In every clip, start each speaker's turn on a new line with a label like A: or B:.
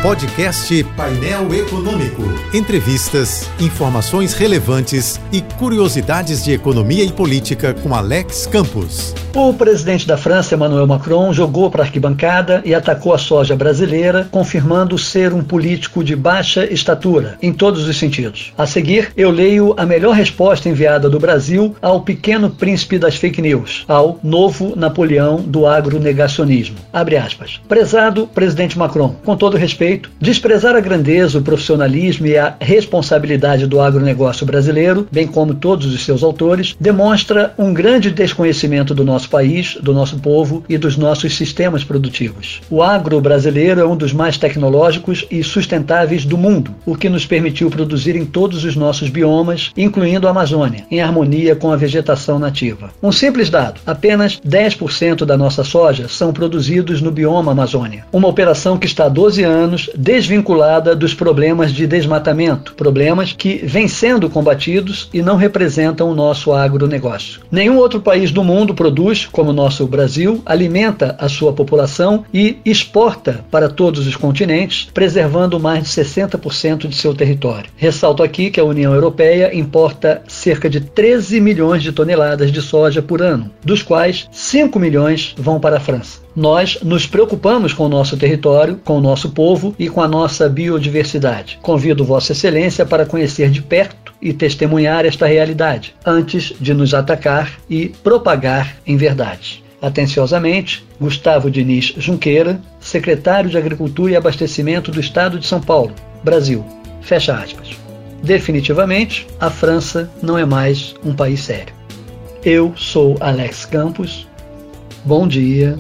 A: Podcast Painel Econômico. Entrevistas, informações relevantes e curiosidades de economia e política com Alex Campos.
B: O presidente da França, Emmanuel Macron, jogou para a arquibancada e atacou a soja brasileira, confirmando ser um político de baixa estatura, em todos os sentidos. A seguir, eu leio a melhor resposta enviada do Brasil ao pequeno príncipe das fake news, ao novo Napoleão do agronegacionismo. Abre aspas. Prezado presidente Macron, com todo respeito, desprezar a grandeza, o profissionalismo e a responsabilidade do agronegócio brasileiro, bem como todos os seus autores, demonstra um grande desconhecimento do nosso país, do nosso povo e dos nossos sistemas produtivos. O agro brasileiro é um dos mais tecnológicos e sustentáveis do mundo, o que nos permitiu produzir em todos os nossos biomas, incluindo a Amazônia, em harmonia com a vegetação nativa. Um simples dado, apenas 10% da nossa soja são produzidos no bioma Amazônia, uma operação que está há 12 anos desvinculada dos problemas de desmatamento, problemas que vêm sendo combatidos e não representam o nosso agronegócio. Nenhum outro país do mundo produz, como o nosso Brasil, alimenta a sua população e exporta para todos os continentes, preservando mais de 60% de seu território. Ressalto aqui que a União Europeia importa cerca de 13 milhões de toneladas de soja por ano, dos quais 5 milhões vão para a França. Nós nos preocupamos com o nosso território, com o nosso povo e com a nossa biodiversidade. Convido Vossa Excelência para conhecer de perto e testemunhar esta realidade, antes de nos atacar e propagar em verdade. Atenciosamente, Gustavo Diniz Junqueira, secretário de Agricultura e Abastecimento do Estado de São Paulo, Brasil. Fecha aspas. Definitivamente, a França não é mais um país sério. Eu sou Alex Campos. Bom dia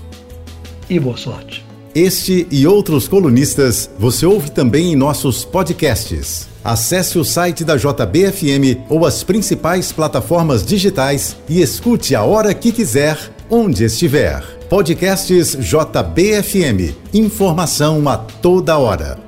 B: e boa sorte.
A: Este e outros colunistas você ouve também em nossos podcasts. Acesse o site da JBFM ou as principais plataformas digitais e escute a hora que quiser, onde estiver. Podcasts JBFM. Informação a toda hora.